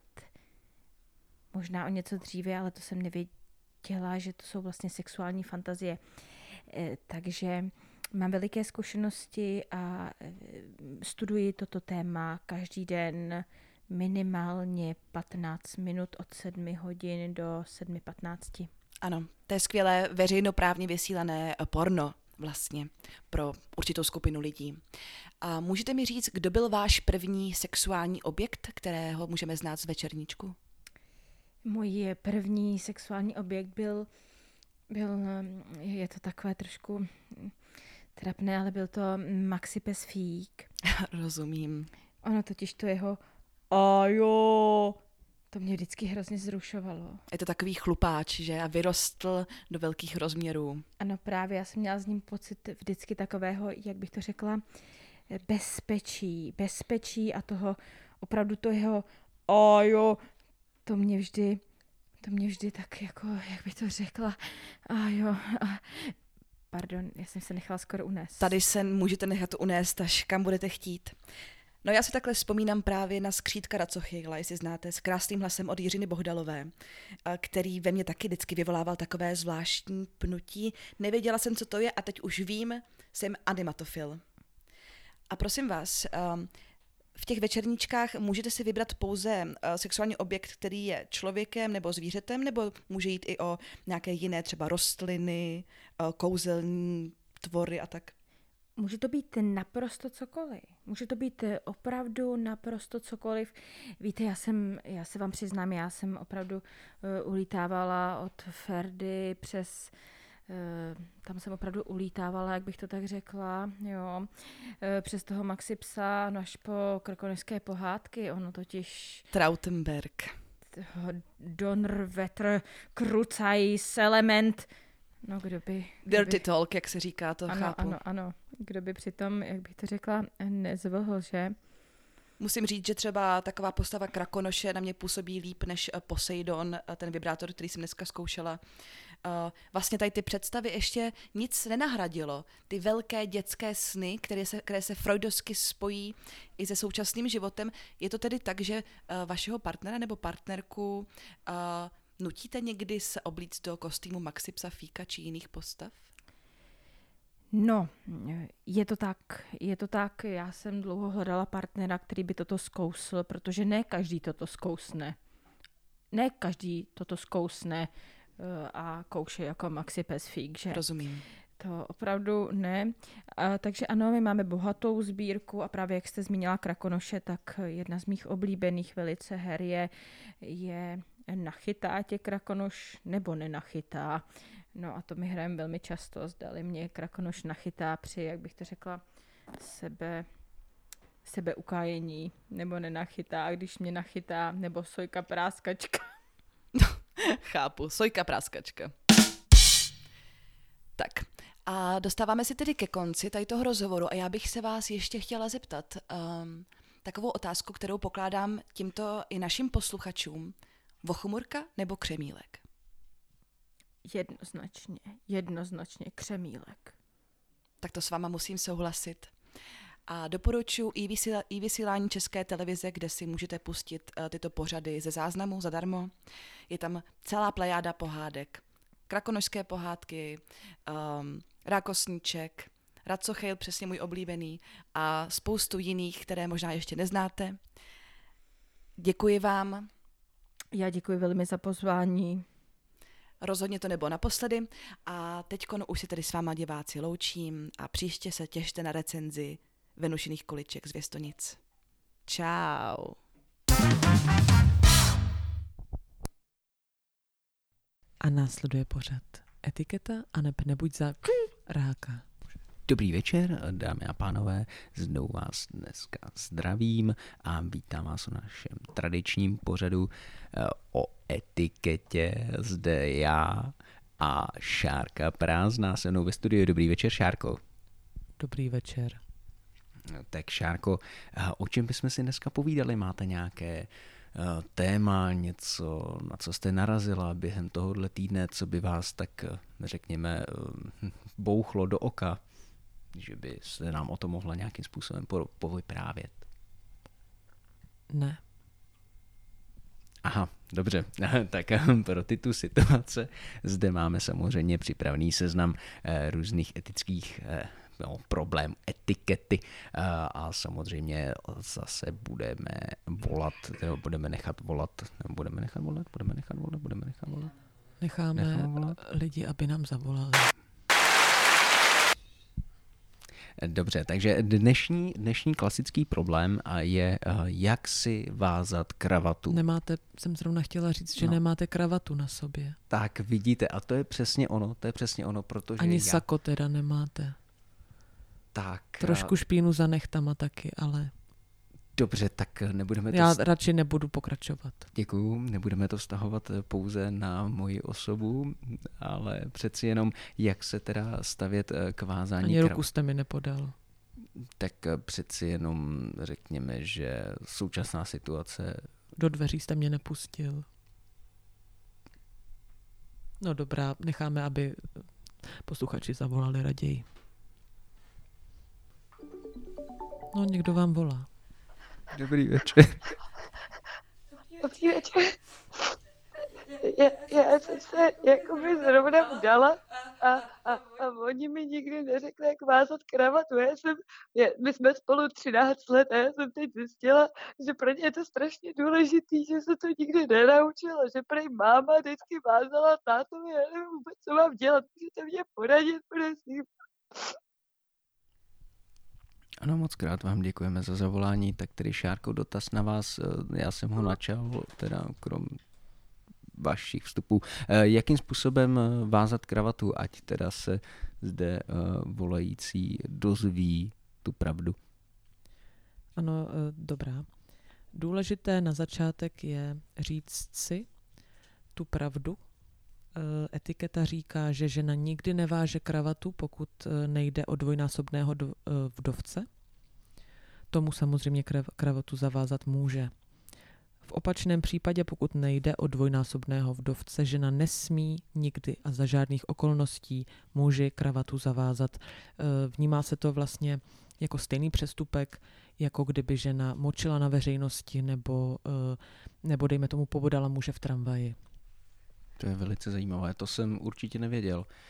Možná o něco dříve, ale to jsem nevěděla, že to jsou vlastně sexuální fantazie. Takže mám veliké zkušenosti a studuji toto téma každý den minimálně patnáct minut od sedmi hodin do sedmi patnácti. Ano, to je skvělé veřejnoprávně vysílané porno vlastně pro určitou skupinu lidí. A můžete mi říct, kdo byl váš první sexuální objekt, kterého můžeme znát z večerníčku? Můj první sexuální objekt byl, byl, je to takové trošku trapné, ale byl to Maxi Pes Fík. Rozumím. Ono totiž to jeho a jo, to mě vždycky hrozně zrušovalo. Je to takový chlupáč, že? A vyrostl do velkých rozměrů. Ano, právě, já jsem měla s ním pocit vždycky takového, jak bych to řekla, bezpečí, bezpečí a toho, opravdu to jeho a jo, to mě vždy, to mě vždy tak jako, jak bych to řekla, a jo, a, pardon, já jsem se nechala skoro unést. Tady se můžete nechat unést, až kam budete chtít. No já si takhle vzpomínám právě na Skřítka Racochyla, jestli znáte, s krásným hlasem od Jiřiny Bohdalové, který ve mně taky vždycky vyvolával takové zvláštní pnutí. Nevěděla jsem, co to je a teď už vím, jsem animatofil. A prosím vás, v těch večerníčkách můžete si vybrat pouze sexuální objekt, který je člověkem nebo zvířetem, nebo může jít i o nějaké jiné třeba rostliny, kouzelní tvory a tak? Může to být naprosto cokoliv. Může to být opravdu naprosto cokoliv. Víte, já jsem, já se vám přiznám, já jsem opravdu uh, ulítávala od Ferdy přes, uh, tam jsem opravdu ulítávala, jak bych to tak řekla, jo, uh, přes toho Maxi Psa, no až po Krkonošské pohádky, ono totiž... Trautenberg. Donnerwetter, Krucajs, Element... No, kdo by... Kdo Dirty by, talk, jak se říká, to ano, chápu. Ano, ano, kdo by přitom, jak bych to řekla, nezvlhl, že? Musím říct, že třeba taková postava Krakonoše na mě působí líp než Poseidon, ten vibrátor, který jsem dneska zkoušela. Vlastně tady ty představy ještě nic nenahradilo. Ty velké dětské sny, které se, které se freudovsky spojí i se současným životem. Je to tedy tak, že vašeho partnera nebo partnerku nutíte někdy se oblíct do kostýmu Maxi Psa Fíka či jiných postav? No, je to tak, je to tak. Já jsem dlouho hledala partnera, který by toto zkousl, protože ne každý toto zkousne. ne každý toto zkousne a kouše jako Maxi Pes Fík, že? Rozumím. To opravdu ne. A, takže ano, my máme bohatou sbírku a právě jak jste zmínila Krakonoše, tak jedna z mých oblíbených velice her je, je nachytá tě Krakonoš nebo nenachytá. No a to my hrajeme velmi často. Zdali mě Krakonoš nachytá při, jak bych to řekla, sebe, sebeukájení nebo nenachytá, když mě nachytá, nebo Sojka práskačka. Chápu, Sojka práskačka. Tak a dostáváme se tedy ke konci tady toho rozhovoru a já bych se vás ještě chtěla zeptat um, takovou otázku, kterou pokládám tímto i našim posluchačům. Vochumurka nebo křemílek? Jednoznačně, jednoznačně křemílek. Tak to s váma musím souhlasit. A doporučuji i, vysíla, i vysílání České televize, kde si můžete pustit uh, tyto pořady ze záznamu zadarmo. Je tam celá plejáda pohádek. Krakonošské pohádky, um, Rákosníček, Racochyl, přesně můj oblíbený, a spoustu jiných, které možná ještě neznáte. Děkuji vám. Já děkuji velmi za pozvání. Rozhodně to nebylo naposledy a teďkon už si tedy s váma diváci loučím a příště se těšte na recenzi Venušiných količek z Věstonic. Čau. A následuje pořad Etiketa a neb nebuď za ráka. Dobrý večer, dámy a pánové, znovu vás dneska zdravím a vítám vás u našem tradičním pořadu o etiketě. Zde já a Šárka Prázdná se mnou ve studiu. Dobrý večer, Šárko. Dobrý večer. Tak Šárko, o čem bychom si dneska povídali? Máte nějaké téma, něco, na co jste narazila během tohohle týdne, co by vás tak, řekněme, bouchlo do oka, že by se nám o to mohla nějakým způsobem povyprávět? Ne. Aha, dobře, tak pro ty tu situace zde máme samozřejmě připravený seznam různých etických no, problémů, etikety a samozřejmě zase budeme volat, nebo budeme nechat volat, nebo budeme nechat volat, budeme nechat volat, budeme nechat volat. Necháme, Necháme volat lidi, aby nám zavolali. Dobře, takže dnešní, dnešní klasický problém je, jak si vázat kravatu. Nemáte, jsem zrovna chtěla říct, že no. nemáte kravatu na sobě. Tak vidíte, a to je přesně ono, to je přesně ono, protože ani já... sako teda nemáte. Tak. Trošku špínu za nechtama taky, ale... Dobře, tak nebudeme to... Já radši nebudu pokračovat. Děkuju, nebudeme to vztahovat pouze na moji osobu, ale přeci jenom, jak se teda stavět k vázání... Ani ruku jste mi nepodal. Tak přeci jenom řekněme, že současná situace... Do dveří jste mě nepustil. No dobrá, necháme, aby posluchači zavolali raději. No, někdo vám volá. Dobrý večer. Dobrý večer. Já, já jsem se jakoby zrovna vdala a, a, a oni mi nikdy neřekli, jak vázat kravatu. Já jsem, já, my jsme spolu třináct let a já jsem teď zjistila, že pro ně je to strašně důležitý, že se to nikdy nenaučila, že prej máma vždycky vázala tátovi, já nevím vůbec, co mám dělat, můžete mě poradit, prosím. Ano, moc krát vám děkujeme za zavolání. Tak tedy, Šárko, dotaz na vás, já jsem ho načal, teda krom vašich vstupů. Jakým způsobem vázat kravatu, ať teda se zde volající dozví tu pravdu? Ano, dobrá. Důležité na začátek je říct si tu pravdu. Etiketa říká, že žena nikdy neváže kravatu, pokud nejde o dvojnásobného vdovce. Tomu samozřejmě kravatu zavázat může. V opačném případě, pokud nejde o dvojnásobného vdovce, žena nesmí nikdy a za žádných okolností muži kravatu zavázat. Vnímá se to vlastně jako stejný přestupek, jako kdyby žena močila na veřejnosti nebo, nebo dejme tomu pobodala muže v tramvaji. To je velice zajímavé, to jsem určitě nevěděl.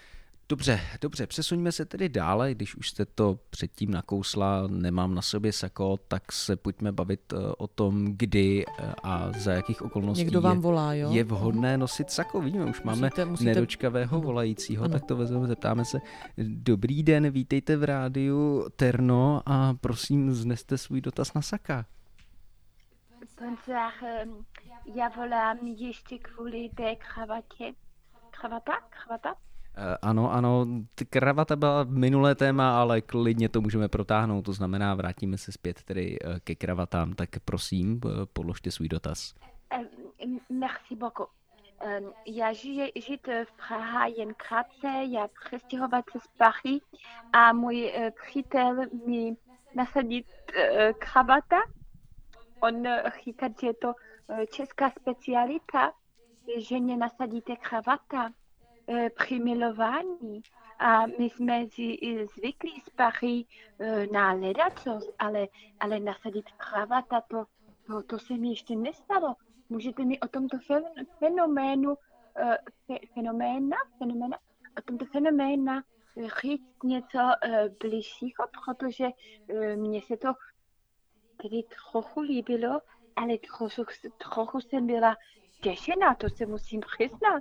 Dobře, dobře, přesuňme se tedy dále, když už jste to předtím nakousla, nemám na sobě sako, tak se pojďme bavit o tom, kdy a za jakých okolností Někdo vám je, volá, jo? je vhodné nosit sako. Víme, už máme musíte, musíte... nedočkavého ano. volajícího, ano. Tak to vezmeme, zeptáme se. Dobrý den, vítejte v rádiu Terno a prosím, zneste svůj dotaz na Saka. Bonsoir, já volám ještě kvůli té kravatě. Kravata? Kravata? Ano, ano, kravata byla minulé téma, ale klidně to můžeme protáhnout, to znamená, vrátíme se zpět tedy ke kravatám, tak prosím, podložte svůj dotaz. Merci beaucoup. Já žiju žít v Praze jen krátce, já přestěhovat se z Paris a můj přítel mi nasadit kravata. On říká, že je to česká specialita, že mě nasadíte kravata při milování. A my jsme zvyklí z Paris na ledacos, ale, ale nasadit kravata, to, to, to se mi ještě nestalo. Můžete mi o tomto fenoménu, fenoména, fenoména, o tomto fenoména říct něco bližšího, protože mně se to tedy trochu líbilo, ale trochu, trochu jsem byla těšená, to se musím přiznat.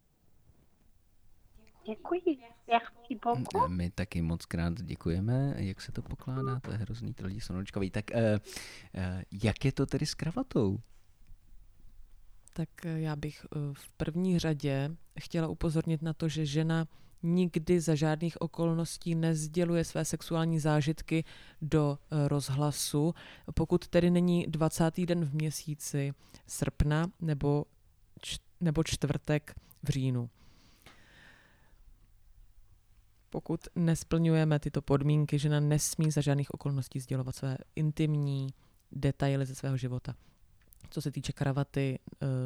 Děkuji, merci beaucoup. My taky moc krát děkujeme, jak se to pokládá, to je hrozný, ty lidi jsou nočkaví. Tak eh, eh, jak je to tedy s kravatou? Tak já bych v první řadě chtěla upozornit na to, že žena nikdy za žádných okolností nezděluje své sexuální zážitky do rozhlasu, pokud tedy není dvacátý den v měsíci srpna nebo, č- nebo čtvrtek v říjnu. Pokud nesplňujeme tyto podmínky, žena nesmí za žádných okolností sdělovat své intimní detaily ze svého života. Co se týče kravaty,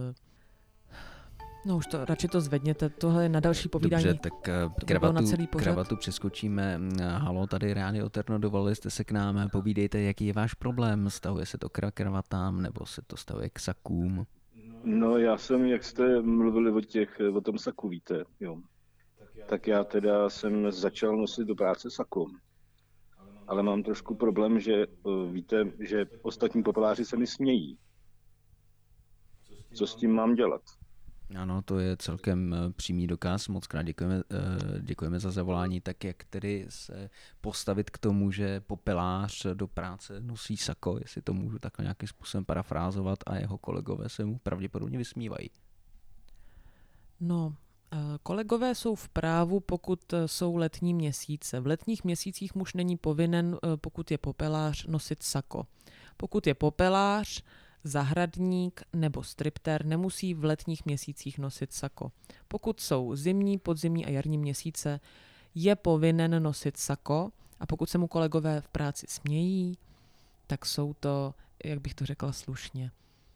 no už to, radši to zvedněte, tohle je na další povídání. Dobře, tak kravatu, na celý kravatu přeskočíme. Halo, tady Rádio Terno, dovolili jste se k nám, povídejte, jaký je váš problém, stahuje se to k kravatám, nebo se to stahuje k sakům? No já jsem, jak jste mluvili o, těch, o tom saku, víte, jo. Tak já teda jsem začal nosit do práce sako. Ale mám trošku problém, že víte, že ostatní popeláři se mi smějí. Co s tím mám dělat? Ano, to je celkem přímý dokaz. Moc krát děkujeme, děkujeme za zavolání. Tak jak tedy se postavit k tomu, že popelář do práce nosí sako, jestli to můžu takhle nějakým způsobem parafrázovat, a jeho kolegové se mu pravděpodobně vysmívají? No, kolegové jsou v právu, pokud jsou letní měsíce. V letních měsících muž není povinen, pokud je popelář, nosit sako. Pokud je popelář, zahradník nebo striptér, nemusí v letních měsících nosit sako. Pokud jsou zimní, podzimní a jarní měsíce, je povinen nosit sako, a pokud se mu kolegové v práci smějí, tak jsou to, jak bych to řekla slušně,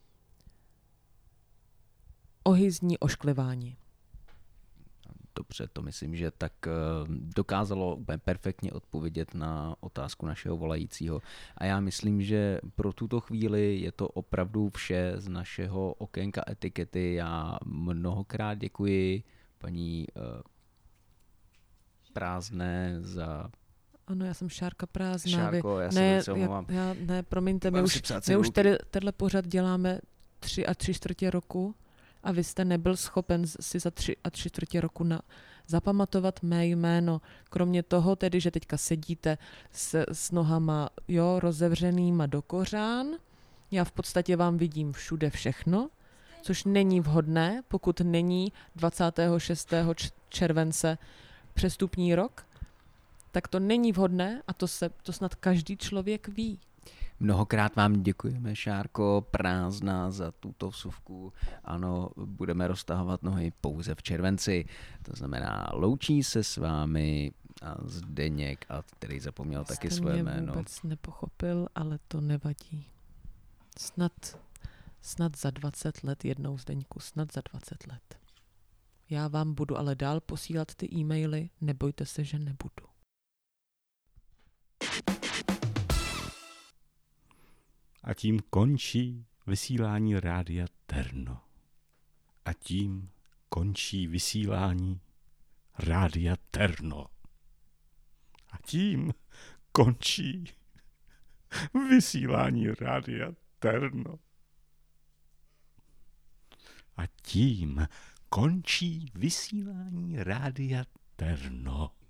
ohyzní ošklivání. Dobře, to myslím, že tak dokázalo úplně perfektně odpovědět na otázku našeho volajícího. A já myslím, že pro tuto chvíli je to opravdu vše z našeho okénka etikety. Já mnohokrát děkuji paní uh, Prázdné za... Ano, já jsem Šárka Prázdná. Šárko, já ne, se omlouvám. Já, já, ne, promiňte, my už, my už tady, tenhle pořad děláme tři a tři čtvrtě roku. A vy jste nebyl schopen si za tři a tři čtvrtě roku na, zapamatovat mé jméno. Kromě toho tedy, že teďka sedíte s, s nohama jo, rozevřenýma do kořán. Já v podstatě vám vidím všude všechno, což není vhodné, pokud není dvacátého šestého července přestupní rok. Tak to není vhodné a to, se, to snad každý člověk ví. Mnohokrát vám děkujeme, Šárko Prázdná, za tuto vsuvku. Ano, budeme roztahovat nohy pouze v červenci. To znamená, loučí se s vámi a Zdeněk, a který zapomněl Jste taky své mě jméno. Vůbec nepochopil, ale to nevadí. Snad, snad za dvacet let jednou, Zdeňku, snad za dvacet let. Já vám budu ale dál posílat ty e-maily, nebojte se, že nebudu. A tím končí vysílání Rádia Terno. A tím končí vysílání Rádia Terno. A tím končí vysílání Rádia Terno. A tím končí vysílání Rádia Terno.